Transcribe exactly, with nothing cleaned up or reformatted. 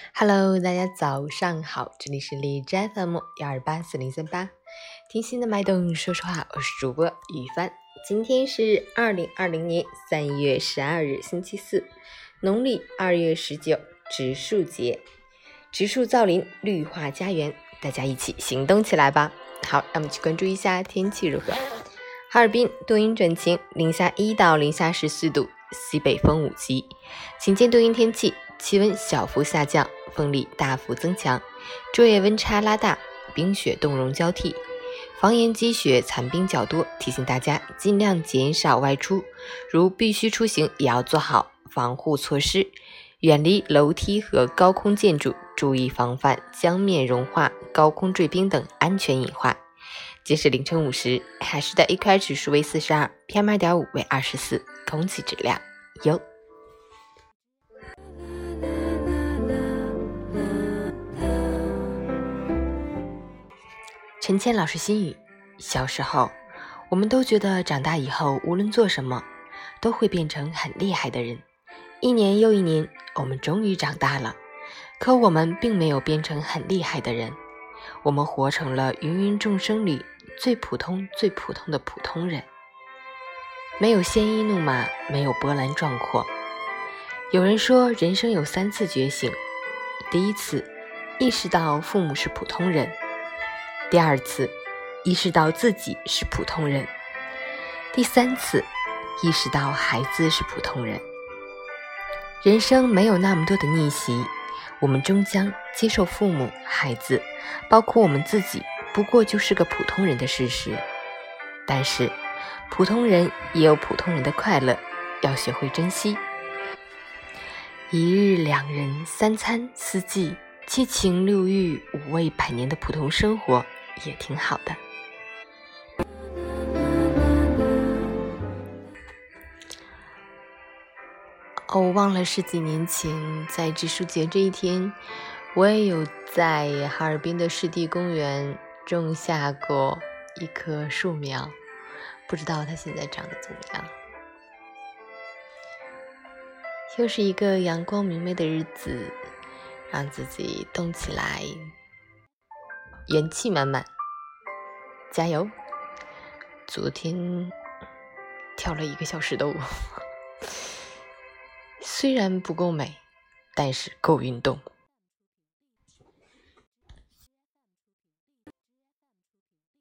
Hello， 大家早上好，这里是荔枝 F M 幺二八四零三八，听心的脉动说说话，我是主播雨帆。今天是二零二零年三月十二日，星期四，农历二月十九，植树节，植树造林，绿化家园，大家一起行动起来吧。好，让我们去关注一下天气如何。哈尔滨多云转晴，零下一到零下十四度，西北风五级，晴间多云天气，气温小幅下降，风力大幅增强，昼夜温差拉大，冰雪冻融交替，房檐积雪残冰较多，提醒大家尽量减少外出，如必须出行也要做好防护措施，远离楼梯和高空建筑，注意防范江面融化、高空坠冰等安全隐患。截至凌晨五时，海市的 A Q I 指数为四十二 ，P M 二点五 为二十四，空气质量优。陈谦老师心语：小时候，我们都觉得长大以后无论做什么，都会变成很厉害的人。一年又一年，我们终于长大了，可我们并没有变成很厉害的人，我们活成了芸芸众生里最普通最普通的普通人，没有鲜衣怒马，没有波澜壮阔。有人说人生有三次觉醒，第一次意识到父母是普通人，第二次意识到自己是普通人，第三次意识到孩子是普通人。人生没有那么多的逆袭，我们终将接受父母、孩子，包括我们自己不过就是个普通人的事实。但是普通人也有普通人的快乐，要学会珍惜。一日两人三餐四季，七情六欲五味百年的普通生活也挺好的。哦，我忘了十几年前在植树节这一天，我也有在哈尔滨的湿地公园种下过一棵树苗，不知道它现在长得怎么样。又是一个阳光明媚的日子，让自己动起来，元气满满，加油！昨天跳了一个小时的舞，虽然不够美，但是够运动。